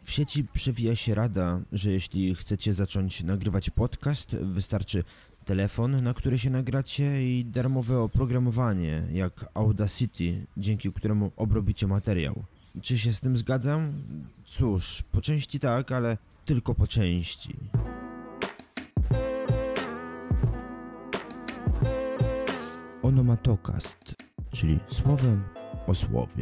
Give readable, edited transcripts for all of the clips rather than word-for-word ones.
W sieci przewija się rada, że jeśli chcecie zacząć nagrywać podcast, wystarczy telefon, na który się nagracie i darmowe oprogramowanie, jak Audacity, dzięki któremu obrobicie materiał. Czy się z tym zgadzam? Cóż, po części tak, ale tylko po części. Onomatokast, czyli słowem o słowie.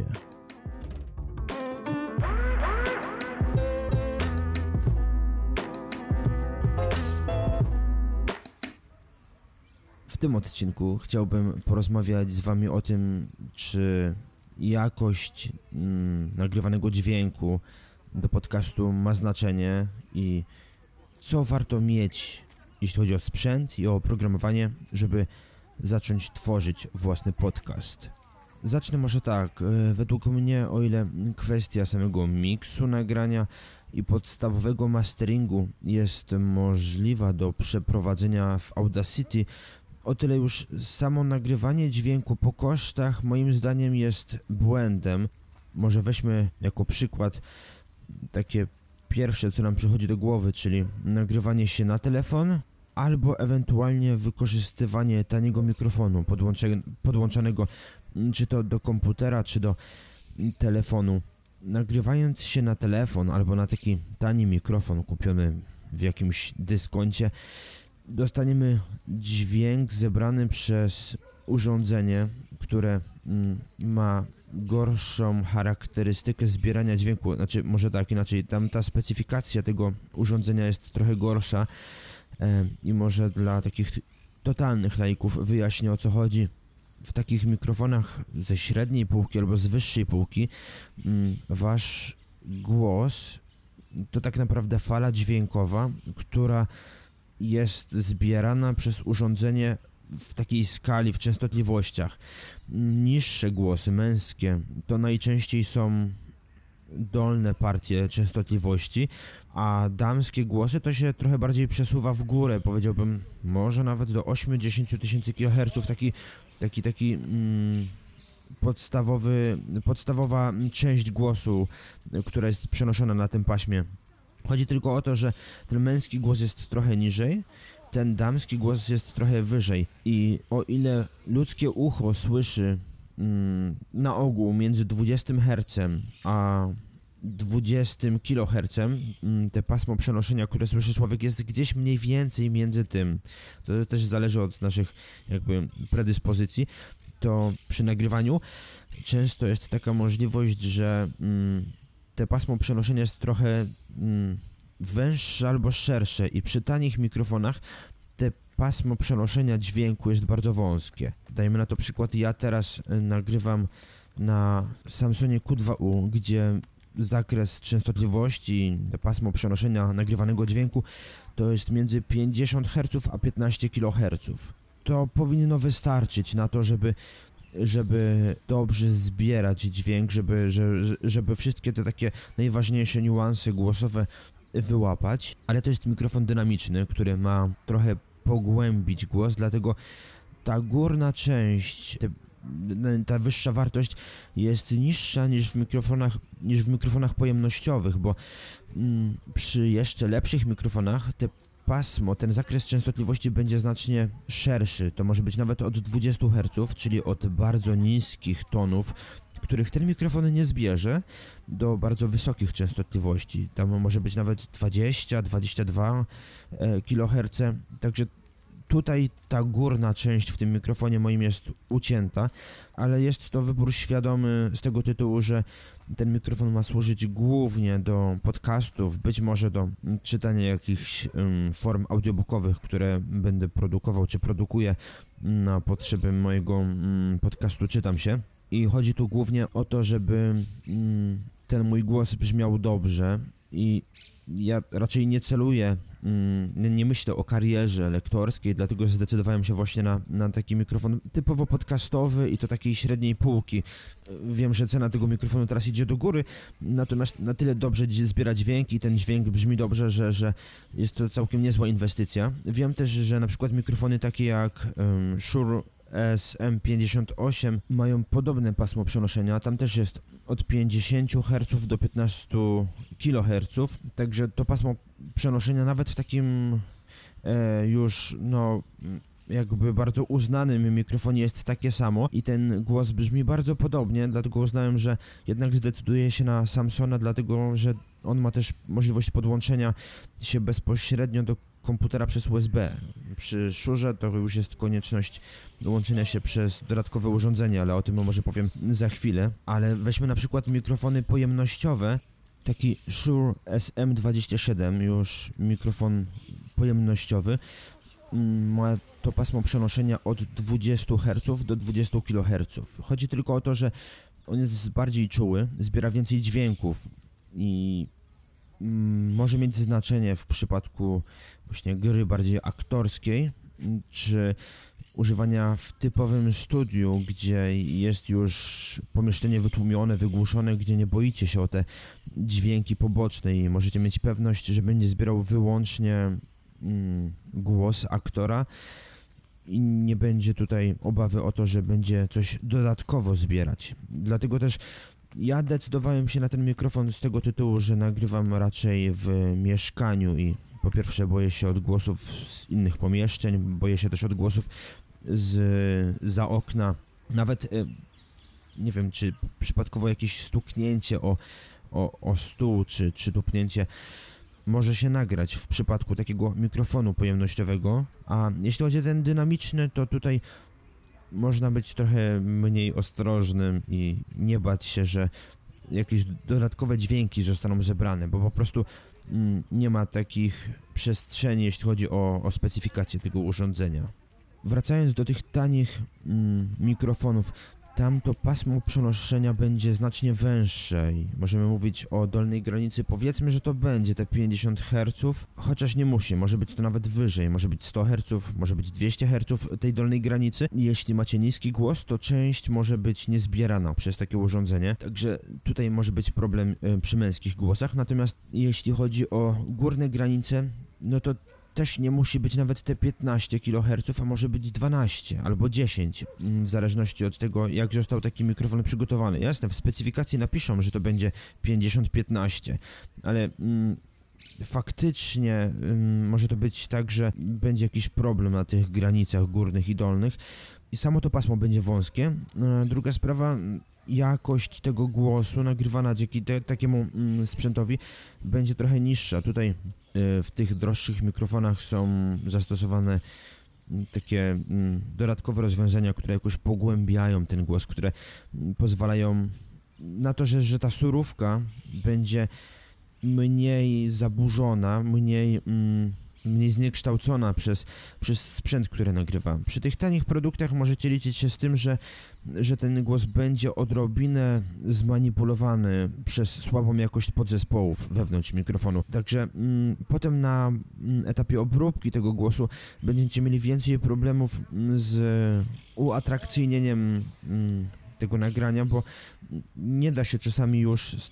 W tym odcinku chciałbym porozmawiać z wami o tym, czy jakość nagrywanego dźwięku do podcastu ma znaczenie i co warto mieć, jeśli chodzi o sprzęt i o oprogramowanie, żeby zacząć tworzyć własny podcast. Zacznę może tak. Według mnie, o ile kwestia samego miksu nagrania i podstawowego masteringu jest możliwa do przeprowadzenia w Audacity, o tyle już samo nagrywanie dźwięku po kosztach moim zdaniem jest błędem. Może weźmy jako przykład takie pierwsze, co nam przychodzi do głowy, czyli nagrywanie się na telefon albo ewentualnie wykorzystywanie taniego mikrofonu podłączonego czy to do komputera, czy do telefonu. Nagrywając się na telefon albo na taki tani mikrofon kupiony w jakimś dyskoncie, dostaniemy dźwięk zebrany przez urządzenie, które ma gorszą charakterystykę zbierania dźwięku, znaczy może tak inaczej, tam ta specyfikacja tego urządzenia jest trochę gorsza i może dla takich totalnych laików wyjaśnię, o co chodzi. W takich mikrofonach ze średniej półki albo z wyższej półki wasz głos to tak naprawdę fala dźwiękowa, która jest zbierana przez urządzenie w takiej skali, w częstotliwościach. Niższe głosy, męskie, to najczęściej są dolne partie częstotliwości, a damskie głosy to się trochę bardziej przesuwa w górę, powiedziałbym może nawet do 8-10 tysięcy kHz, taki podstawowa część głosu, która jest przenoszona na tym paśmie. Chodzi tylko o to, że ten męski głos jest trochę niżej, ten damski głos jest trochę wyżej i o ile ludzkie ucho słyszy na ogół między 20 Hz a 20 kHz, te pasmo przenoszenia, które słyszy człowiek, jest gdzieś mniej więcej między tym. To też zależy od naszych jakby predyspozycji. To przy nagrywaniu często jest taka możliwość, że te pasmo przenoszenia jest trochę węższe albo szersze i przy tanich mikrofonach te pasmo przenoszenia dźwięku jest bardzo wąskie. Dajmy na to przykład, ja teraz nagrywam na Samsung Q2U, gdzie zakres częstotliwości, pasmo przenoszenia nagrywanego dźwięku to jest między 50 Hz a 15 kHz. To powinno wystarczyć na to, żeby dobrze zbierać dźwięk, żeby wszystkie te takie najważniejsze niuanse głosowe wyłapać, ale to jest mikrofon dynamiczny, który ma trochę pogłębić głos, dlatego ta górna część, ta wyższa wartość jest niższa niż w mikrofonach pojemnościowych, bo przy jeszcze lepszych mikrofonach ten zakres częstotliwości będzie znacznie szerszy. To może być nawet od 20 Hz, czyli od bardzo niskich tonów, których ten mikrofon nie zbierze, do bardzo wysokich częstotliwości. Tam może być nawet 20-22 kHz, także tutaj ta górna część w tym mikrofonie moim jest ucięta, ale jest to wybór świadomy z tego tytułu, że ten mikrofon ma służyć głównie do podcastów, być może do czytania jakichś form audiobookowych, które będę produkował czy produkuję na potrzeby mojego podcastu Czytam się. I chodzi tu głównie o to, żeby ten mój głos brzmiał dobrze i ja raczej nie celuję, nie myślę o karierze lektorskiej, dlatego zdecydowałem się właśnie na taki mikrofon typowo podcastowy i to takiej średniej półki. Wiem, że cena tego mikrofonu teraz idzie do góry, natomiast na tyle dobrze zbiera dźwięk i ten dźwięk brzmi dobrze, że jest to całkiem niezła inwestycja. Wiem też, że na przykład mikrofony takie jak Shure SM58 mają podobne pasmo przenoszenia, tam też jest od 50 Hz do 15 kHz, także to pasmo przenoszenia nawet w takim już jakby bardzo uznanym mikrofonie jest takie samo i ten głos brzmi bardzo podobnie, dlatego uznałem, że jednak zdecyduję się na Samsona, dlatego że on ma też możliwość podłączenia się bezpośrednio do komputera przez USB. Przy Shure to już jest konieczność łączenia się przez dodatkowe urządzenie, ale o tym może powiem za chwilę. Ale weźmy na przykład mikrofony pojemnościowe. Taki Shure SM27, już mikrofon pojemnościowy, ma to pasmo przenoszenia od 20 Hz do 20 kHz. Chodzi tylko o to, że on jest bardziej czuły, zbiera więcej dźwięków i może mieć znaczenie w przypadku właśnie gry bardziej aktorskiej, czy używania w typowym studiu, gdzie jest już pomieszczenie wytłumione, wygłuszone, gdzie nie boicie się o te dźwięki poboczne i możecie mieć pewność, że będzie zbierał wyłącznie głos aktora i nie będzie tutaj obawy o to, że będzie coś dodatkowo zbierać. Dlatego też ja decydowałem się na ten mikrofon z tego tytułu, że nagrywam raczej w mieszkaniu i po pierwsze boję się odgłosów z innych pomieszczeń, boję się też odgłosów za okna. Nawet nie wiem, czy przypadkowo jakieś stuknięcie o stół, czy tupnięcie może się nagrać w przypadku takiego mikrofonu pojemnościowego, a jeśli chodzi o ten dynamiczny, to tutaj można być trochę mniej ostrożnym i nie bać się, że jakieś dodatkowe dźwięki zostaną zebrane, bo po prostu nie ma takich przestrzeni, jeśli chodzi o specyfikację tego urządzenia. Wracając do tych tanich mikrofonów, tam to pasmo przenoszenia będzie znacznie węższe i możemy mówić o dolnej granicy, powiedzmy, że to będzie te 50 Hz, chociaż nie musi, może być to nawet wyżej, może być 100 Hz, może być 200 Hz tej dolnej granicy. Jeśli macie niski głos, to część może być niezbierana przez takie urządzenie, także tutaj może być problem przy męskich głosach, natomiast jeśli chodzi o górne granice, no to też nie musi być nawet te 15 kHz, a może być 12 albo 10, w zależności od tego, jak został taki mikrofon przygotowany. Jasne, w specyfikacji napiszą, że to będzie 50-15, ale faktycznie może to być tak, że będzie jakiś problem na tych granicach górnych i dolnych i samo to pasmo będzie wąskie. Druga sprawa, jakość tego głosu nagrywana dzięki takiemu sprzętowi będzie trochę niższa. Tutaj w tych droższych mikrofonach są zastosowane takie dodatkowe rozwiązania, które jakoś pogłębiają ten głos, które pozwalają na to, że ta surówka będzie mniej zaburzona, mniej zniekształcona przez sprzęt, który nagrywa. Przy tych tanich produktach możecie liczyć się z tym, że ten głos będzie odrobinę zmanipulowany przez słabą jakość podzespołów wewnątrz mikrofonu. Także potem na etapie obróbki tego głosu będziecie mieli więcej problemów z uatrakcyjnieniem tego nagrania, bo nie da się czasami już z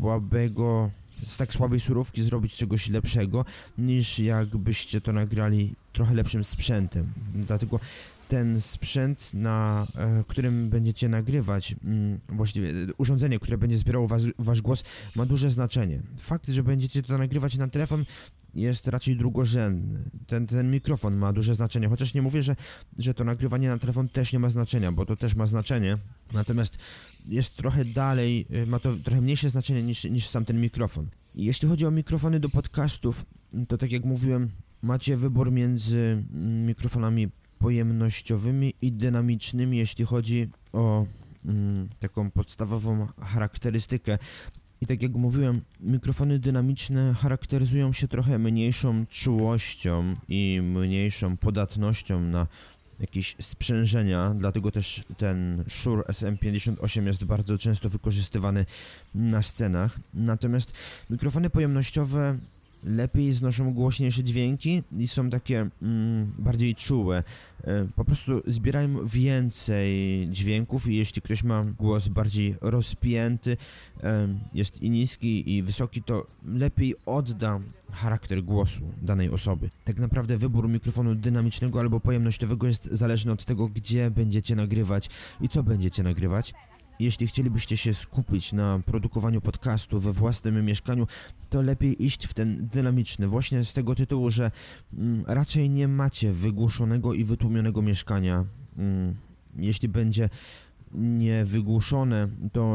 tak słabej surówki zrobić czegoś lepszego, niż jakbyście to nagrali trochę lepszym sprzętem. Dlatego ten sprzęt, na którym będziecie nagrywać, właściwie urządzenie, które będzie zbierało wasz głos, ma duże znaczenie. Fakt, że będziecie to nagrywać na telefon, jest raczej drugorzędny. Ten mikrofon ma duże znaczenie, chociaż nie mówię, że to nagrywanie na telefon też nie ma znaczenia, bo to też ma znaczenie, natomiast jest trochę dalej, ma to trochę mniejsze znaczenie niż sam ten mikrofon. I jeśli chodzi o mikrofony do podcastów, to tak jak mówiłem, macie wybór między mikrofonami pojemnościowymi i dynamicznymi, jeśli chodzi o taką podstawową charakterystykę. I tak jak mówiłem, mikrofony dynamiczne charakteryzują się trochę mniejszą czułością i mniejszą podatnością na jakieś sprzężenia, dlatego też ten Shure SM58 jest bardzo często wykorzystywany na scenach. Natomiast mikrofony pojemnościowe lepiej znoszą głośniejsze dźwięki i są takie bardziej czułe. Po prostu zbierają więcej dźwięków i jeśli ktoś ma głos bardziej rozpięty, jest i niski i wysoki, to lepiej odda charakter głosu danej osoby. Tak naprawdę wybór mikrofonu dynamicznego albo pojemnościowego jest zależny od tego, gdzie będziecie nagrywać i co będziecie nagrywać. Jeśli chcielibyście się skupić na produkowaniu podcastu we własnym mieszkaniu, to lepiej iść w ten dynamiczny, właśnie z tego tytułu, że raczej nie macie wygłuszonego i wytłumionego mieszkania. Jeśli będzie niewygłuszone,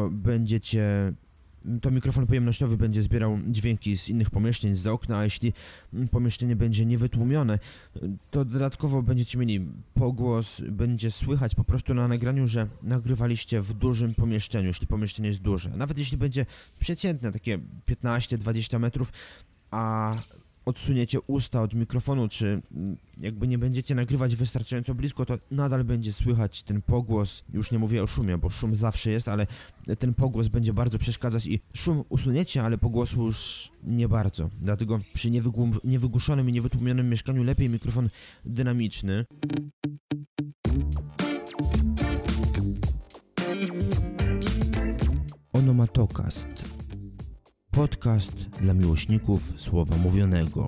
to mikrofon pojemnościowy będzie zbierał dźwięki z innych pomieszczeń, z okna, a jeśli pomieszczenie będzie niewytłumione, to dodatkowo będziecie mieli pogłos, będzie słychać po prostu na nagraniu, że nagrywaliście w dużym pomieszczeniu, jeśli pomieszczenie jest duże. Nawet jeśli będzie przeciętne, takie 15-20 metrów, a odsuniecie usta od mikrofonu, czy jakby nie będziecie nagrywać wystarczająco blisko, to nadal będzie słychać ten pogłos. Już nie mówię o szumie, bo szum zawsze jest, ale ten pogłos będzie bardzo przeszkadzać i szum usuniecie, ale pogłosu już nie bardzo. Dlatego przy niewygłuszonym i niewytłumionym mieszkaniu lepiej mikrofon dynamiczny. Onomatokast. Podcast dla miłośników słowa mówionego.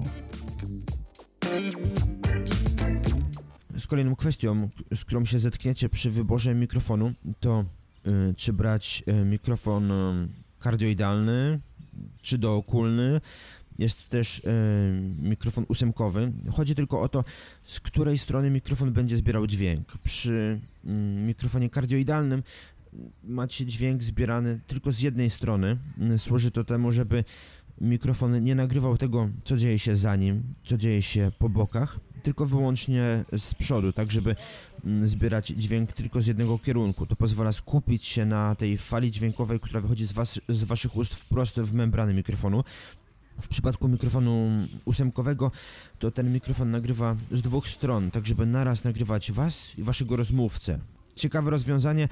Z kolejną kwestią, z którą się zetkniecie przy wyborze mikrofonu, to czy brać mikrofon kardioidalny, czy dookulny. Jest też mikrofon ósemkowy. Chodzi tylko o to, z której strony mikrofon będzie zbierał dźwięk. Przy mikrofonie kardioidalnym macie dźwięk zbierany tylko z jednej strony. Służy to temu, żeby mikrofon nie nagrywał tego, co dzieje się za nim, co dzieje się po bokach, tylko wyłącznie z przodu, tak żeby zbierać dźwięk tylko z jednego kierunku. To pozwala skupić się na tej fali dźwiękowej, która wychodzi z waszych ust wprost w membrany mikrofonu. W przypadku mikrofonu ósemkowego to ten mikrofon nagrywa z dwóch stron, tak żeby naraz nagrywać was i waszego rozmówcę. Ciekawe rozwiązanie,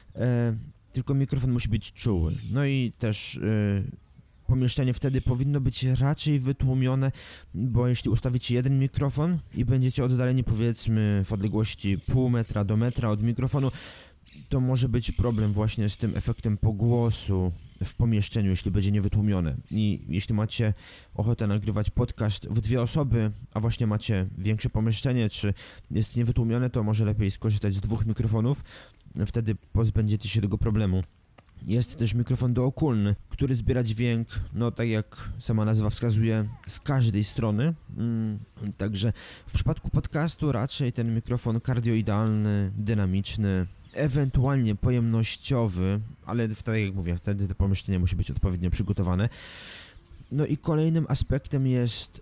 tylko mikrofon musi być czuły. No i też pomieszczenie wtedy powinno być raczej wytłumione, bo jeśli ustawicie jeden mikrofon i będziecie oddaleni powiedzmy w odległości pół metra do metra od mikrofonu, to może być problem właśnie z tym efektem pogłosu w pomieszczeniu, jeśli będzie niewytłumione. I jeśli macie ochotę nagrywać podcast w dwie osoby, a właśnie macie większe pomieszczenie, czy jest niewytłumione, to może lepiej skorzystać z dwóch mikrofonów. Wtedy pozbędziecie się tego problemu. Jest też mikrofon dookulny, który zbiera dźwięk, no tak jak sama nazwa wskazuje, z każdej strony. Także w przypadku podcastu raczej ten mikrofon kardioidalny, dynamiczny, ewentualnie pojemnościowy, ale tak jak mówię, wtedy to pomieszczenie musi być odpowiednio przygotowane. No i kolejnym aspektem jest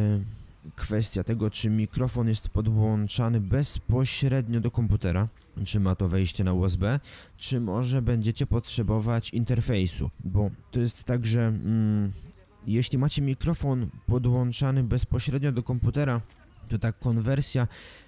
kwestia tego, czy mikrofon jest podłączany bezpośrednio do komputera, czy ma to wejście na USB, czy może będziecie potrzebować interfejsu, bo to jest tak, że jeśli macie mikrofon podłączany bezpośrednio do komputera, to ta konwersja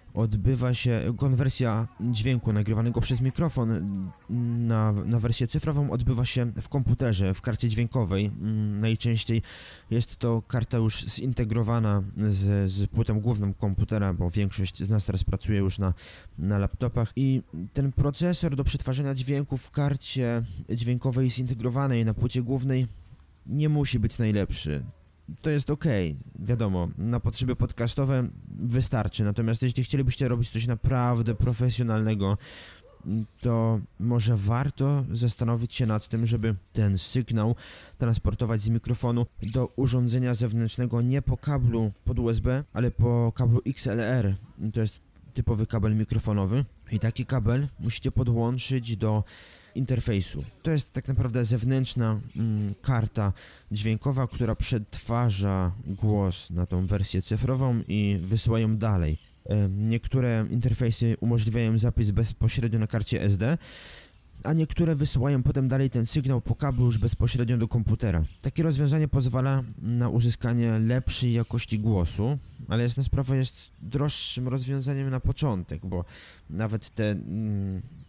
dźwięku nagrywanego przez mikrofon na wersję cyfrową odbywa się w komputerze, w karcie dźwiękowej. Najczęściej jest to karta już zintegrowana z płytą główną komputera, bo większość z nas teraz pracuje już na laptopach i ten procesor do przetwarzania dźwięku w karcie dźwiękowej zintegrowanej na płycie głównej nie musi być najlepszy. To jest okej, wiadomo, na potrzeby podcastowe wystarczy, natomiast jeśli chcielibyście robić coś naprawdę profesjonalnego, to może warto zastanowić się nad tym, żeby ten sygnał transportować z mikrofonu do urządzenia zewnętrznego nie po kablu pod USB, ale po kablu XLR. To jest typowy kabel mikrofonowy i taki kabel musicie podłączyć do interfejsu. To jest tak naprawdę zewnętrzna karta dźwiękowa, która przetwarza głos na tą wersję cyfrową i wysyła ją dalej. Niektóre interfejsy umożliwiają zapis bezpośrednio na karcie SD, a niektóre wysyłają potem dalej ten sygnał po kablu już bezpośrednio do komputera. Takie rozwiązanie pozwala na uzyskanie lepszej jakości głosu, ale jasna sprawa jest droższym rozwiązaniem na początek, bo nawet te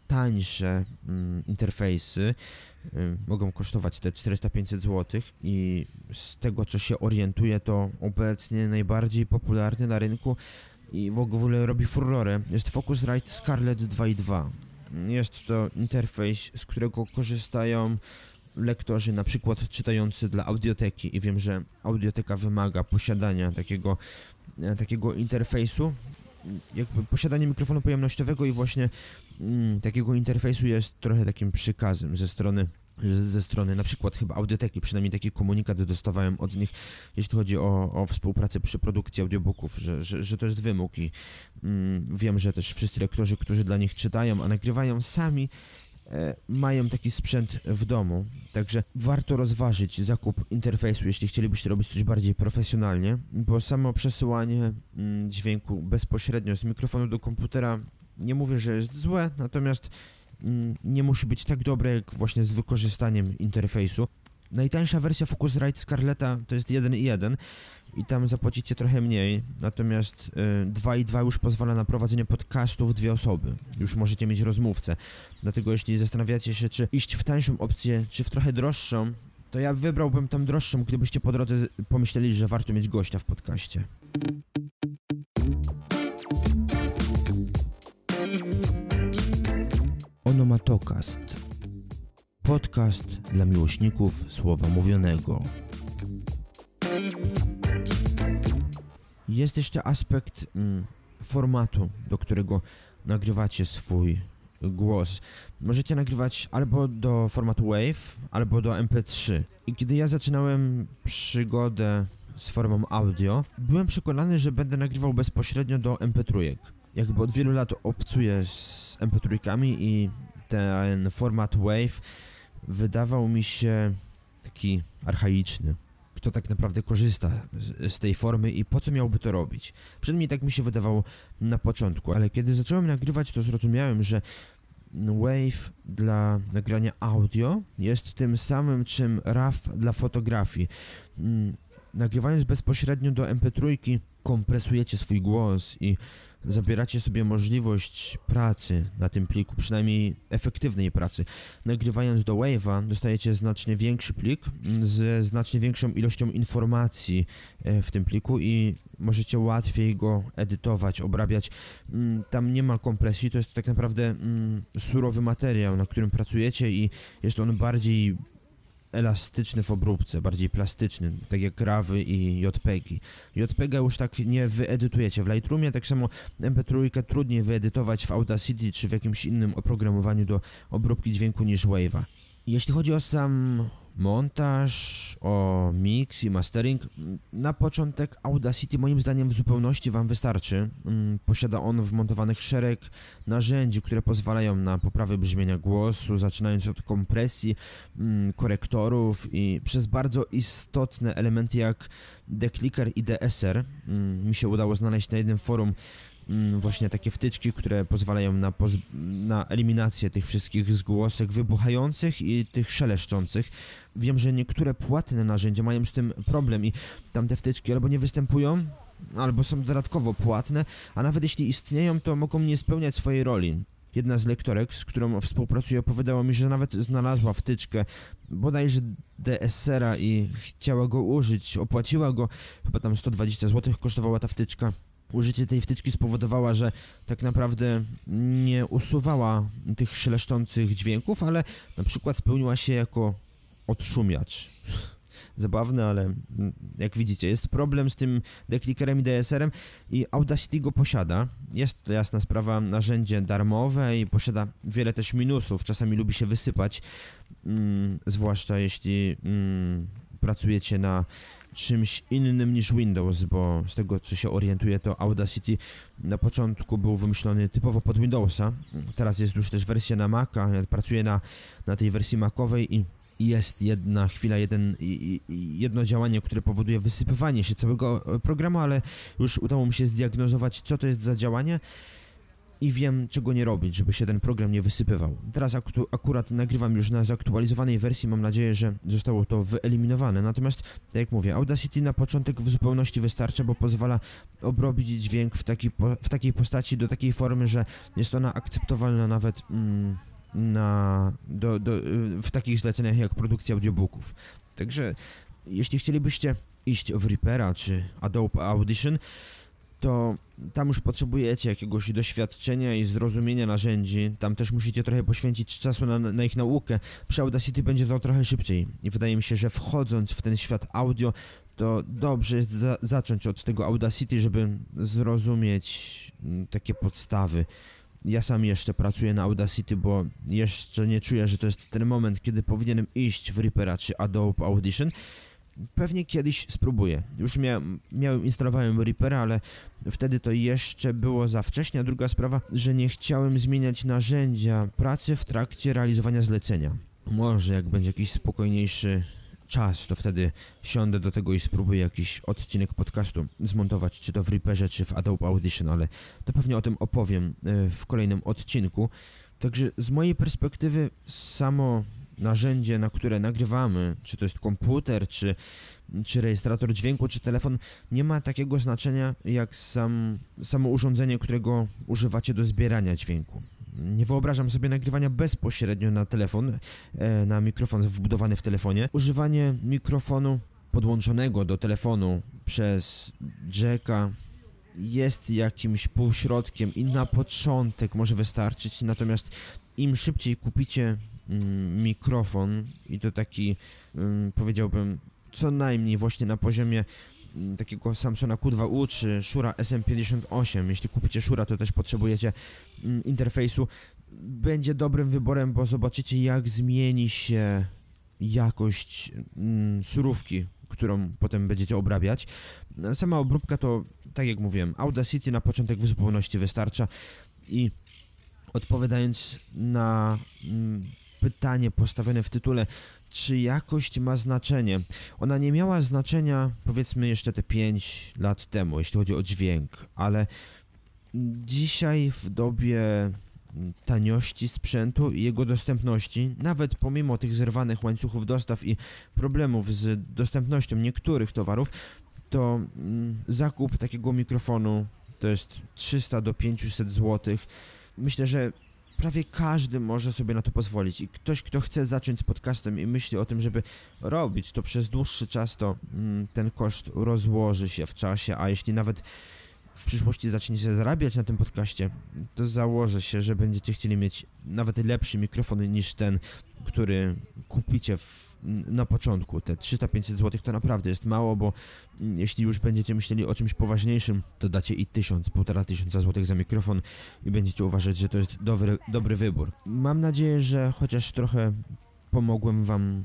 tańsze interfejsy mogą kosztować te 400-500 zł i z tego co się orientuję, to obecnie najbardziej popularny na rynku i w ogóle robi furorę jest Focusrite Scarlett 2.2. Jest to interfejs, z którego korzystają lektorzy na przykład czytający dla audioteki i wiem, że audioteka wymaga posiadania takiego interfejsu. Jakby posiadanie mikrofonu pojemnościowego i właśnie takiego interfejsu jest trochę takim przykazem ze strony na przykład chyba audioteki, przynajmniej taki komunikat dostawałem od nich, jeśli chodzi o współpracę przy produkcji audiobooków, że to jest wymóg i wiem, że też wszyscy lektorzy, którzy dla nich czytają, a nagrywają sami, mają taki sprzęt w domu, także warto rozważyć zakup interfejsu, jeśli chcielibyście robić coś bardziej profesjonalnie, bo samo przesyłanie dźwięku bezpośrednio z mikrofonu do komputera, nie mówię, że jest złe, natomiast nie musi być tak dobre jak właśnie z wykorzystaniem interfejsu. Najtańsza wersja Focusrite Scarletta to jest 1.1 i tam zapłacicie trochę mniej, natomiast 2.2 już pozwala na prowadzenie podcastów 2 osoby. Już możecie mieć rozmówcę. Dlatego jeśli zastanawiacie się, czy iść w tańszą opcję, czy w trochę droższą, to ja wybrałbym tą droższą, gdybyście po drodze pomyśleli, że warto mieć gościa w podcaście. Onomatokast. Podcast dla miłośników słowa mówionego. Jest jeszcze aspekt formatu, do którego nagrywacie swój głos. Możecie nagrywać albo do formatu WAV, albo do MP3. I kiedy ja zaczynałem przygodę z formą audio, byłem przekonany, że będę nagrywał bezpośrednio do MP3. Jakby od wielu lat obcuję z MP3 i ten format WAV wydawał mi się taki archaiczny. Kto tak naprawdę korzysta z tej formy i po co miałby to robić? Przynajmniej tak mi się wydawało na początku, ale kiedy zacząłem nagrywać, to zrozumiałem, że WAV dla nagrania audio jest tym samym, czym RAW dla fotografii. Nagrywając bezpośrednio do MP3 kompresujecie swój głos i zabieracie sobie możliwość pracy na tym pliku, przynajmniej efektywnej pracy. Nagrywając do Wave'a dostajecie znacznie większy plik ze znacznie większą ilością informacji w tym pliku i możecie łatwiej go edytować, obrabiać. Tam nie ma kompresji, to jest tak naprawdę surowy materiał, na którym pracujecie i jest on bardziej elastyczny w obróbce, bardziej plastyczny, tak jak rawy i JPEGi. JPEGa już tak nie wyedytujecie w Lightroomie, tak samo MP3 trudniej wyedytować w Audacity czy w jakimś innym oprogramowaniu do obróbki dźwięku niż Wave'a. Jeśli chodzi o sam montaż, o mix i mastering, na początek Audacity moim zdaniem w zupełności Wam wystarczy. Posiada on wmontowanych szereg narzędzi, które pozwalają na poprawę brzmienia głosu, zaczynając od kompresji, korektorów i przez bardzo istotne elementy jak Declicker i DSR. Mi się udało znaleźć na jednym forum właśnie takie wtyczki, które pozwalają na eliminację tych wszystkich zgłosek wybuchających i tych szeleszczących. Wiem, że niektóre płatne narzędzia mają z tym problem i tamte wtyczki albo nie występują, albo są dodatkowo płatne, a nawet jeśli istnieją, to mogą nie spełniać swojej roli. Jedna z lektorek, z którą współpracuję, opowiadała mi, że nawet znalazła wtyczkę bodajże DSR-a i chciała go użyć, opłaciła go, chyba tam 120 zł kosztowała ta wtyczka. Użycie tej wtyczki spowodowało, że tak naprawdę nie usuwała tych szeleszczących dźwięków, ale na przykład spełniła się jako odszumiacz. Zabawne, ale jak widzicie, jest problem z tym Declickerem i DSR-em i Audacity go posiada. Jest to jasna sprawa narzędzie darmowe i posiada wiele też minusów. Czasami lubi się wysypać, zwłaszcza jeśli pracujecie na czymś innym niż Windows, bo z tego co się orientuję, to Audacity na początku był wymyślony typowo pod Windowsa. Teraz jest już też wersja na Maca, ja pracuję na tej wersji Macowej i jest jedna chwila, jedno działanie, które powoduje wysypywanie się całego programu, ale już udało mi się zdiagnozować, co to jest za działanie i wiem, czego nie robić, żeby się ten program nie wysypywał. Teraz akurat nagrywam już na zaktualizowanej wersji, mam nadzieję, że zostało to wyeliminowane. Natomiast, tak jak mówię, Audacity na początek w zupełności wystarcza, bo pozwala obrobić dźwięk w takiej postaci, do takiej formy, że jest ona akceptowalna nawet w takich zleceniach jak produkcja audiobooków. Także, jeśli chcielibyście iść w Reapera czy Adobe Audition, to tam już potrzebujecie jakiegoś doświadczenia i zrozumienia narzędzi, tam też musicie trochę poświęcić czasu na ich naukę. Przy Audacity będzie to trochę szybciej i wydaje mi się, że wchodząc w ten świat audio, to dobrze jest zacząć od tego Audacity, żeby zrozumieć takie podstawy. Ja sam jeszcze pracuję na Audacity, bo jeszcze nie czuję, że to jest ten moment, kiedy powinienem iść w Reapera czy Adobe Audition. Pewnie kiedyś spróbuję. Już instalowałem Reapera, ale wtedy to jeszcze było za wcześnie. A druga sprawa, że nie chciałem zmieniać narzędzia pracy w trakcie realizowania zlecenia. Może jak będzie jakiś spokojniejszy czas, to wtedy siądę do tego i spróbuję jakiś odcinek podcastu zmontować, czy to w Reaperze, czy w Adobe Audition, ale to pewnie o tym opowiem w kolejnym odcinku. Także z mojej perspektywy samo narzędzie, na które nagrywamy, czy to jest komputer, czy rejestrator dźwięku, czy telefon, nie ma takiego znaczenia jak samo urządzenie, którego używacie do zbierania dźwięku. Nie wyobrażam sobie nagrywania bezpośrednio na telefon, na mikrofon wbudowany w telefonie. Używanie mikrofonu podłączonego do telefonu przez jacka jest jakimś półśrodkiem i na początek może wystarczyć, natomiast im szybciej kupicie mikrofon i to taki, powiedziałbym, co najmniej właśnie na poziomie takiego Samsona Q2U czy Shure SM58. Jeśli kupicie Shure, to też potrzebujecie interfejsu. Będzie dobrym wyborem, bo zobaczycie, jak zmieni się jakość surówki, którą potem będziecie obrabiać. Sama obróbka to, tak jak mówiłem, Audacity na początek w zupełności wystarcza. I odpowiadając na pytanie postawione w tytule, czy jakość ma znaczenie? Ona nie miała znaczenia, powiedzmy, jeszcze te 5 lat temu, jeśli chodzi o dźwięk, ale dzisiaj w dobie taniości sprzętu i jego dostępności, nawet pomimo tych zerwanych łańcuchów dostaw i problemów z dostępnością niektórych towarów, to zakup takiego mikrofonu to jest 300 do 500 zł. Myślę, że prawie każdy może sobie na to pozwolić i ktoś, kto chce zacząć z podcastem i myśli o tym, żeby robić to przez dłuższy czas, to ten koszt rozłoży się w czasie, a jeśli nawet w przyszłości zaczniecie zarabiać na tym podcaście, to założę się, że będziecie chcieli mieć nawet lepszy mikrofon niż ten, który kupicie na początku. Te 300-500 zł to naprawdę jest mało, bo jeśli już będziecie myśleli o czymś poważniejszym, to dacie i 1500 zł za mikrofon i będziecie uważać, że to jest dobry wybór. Mam nadzieję, że chociaż trochę pomogłem wam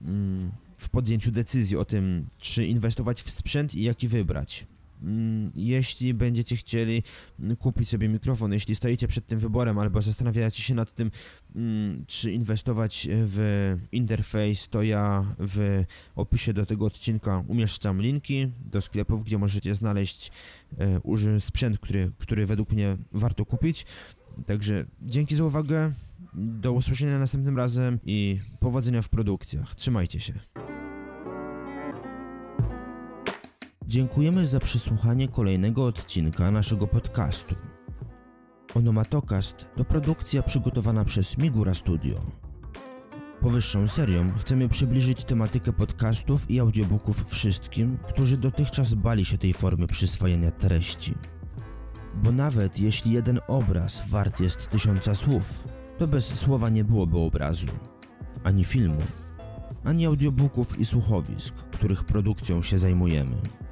w podjęciu decyzji o tym, czy inwestować w sprzęt i jaki wybrać. Jeśli będziecie chcieli kupić sobie mikrofon, jeśli stoicie przed tym wyborem albo zastanawiacie się nad tym, czy inwestować w interfejs, to ja w opisie do tego odcinka umieszczam linki do sklepów, gdzie możecie znaleźć sprzęt, który według mnie warto kupić. Także dzięki za uwagę, do usłyszenia następnym razem i powodzenia w produkcjach. Trzymajcie się. Dziękujemy za przysłuchanie kolejnego odcinka naszego podcastu. Onomatokast to produkcja przygotowana przez Migura Studio. Powyższą serią chcemy przybliżyć tematykę podcastów i audiobooków wszystkim, którzy dotychczas bali się tej formy przyswajania treści. Bo nawet jeśli jeden obraz wart jest 1000 słów, to bez słowa nie byłoby obrazu, ani filmu, ani audiobooków i słuchowisk, których produkcją się zajmujemy.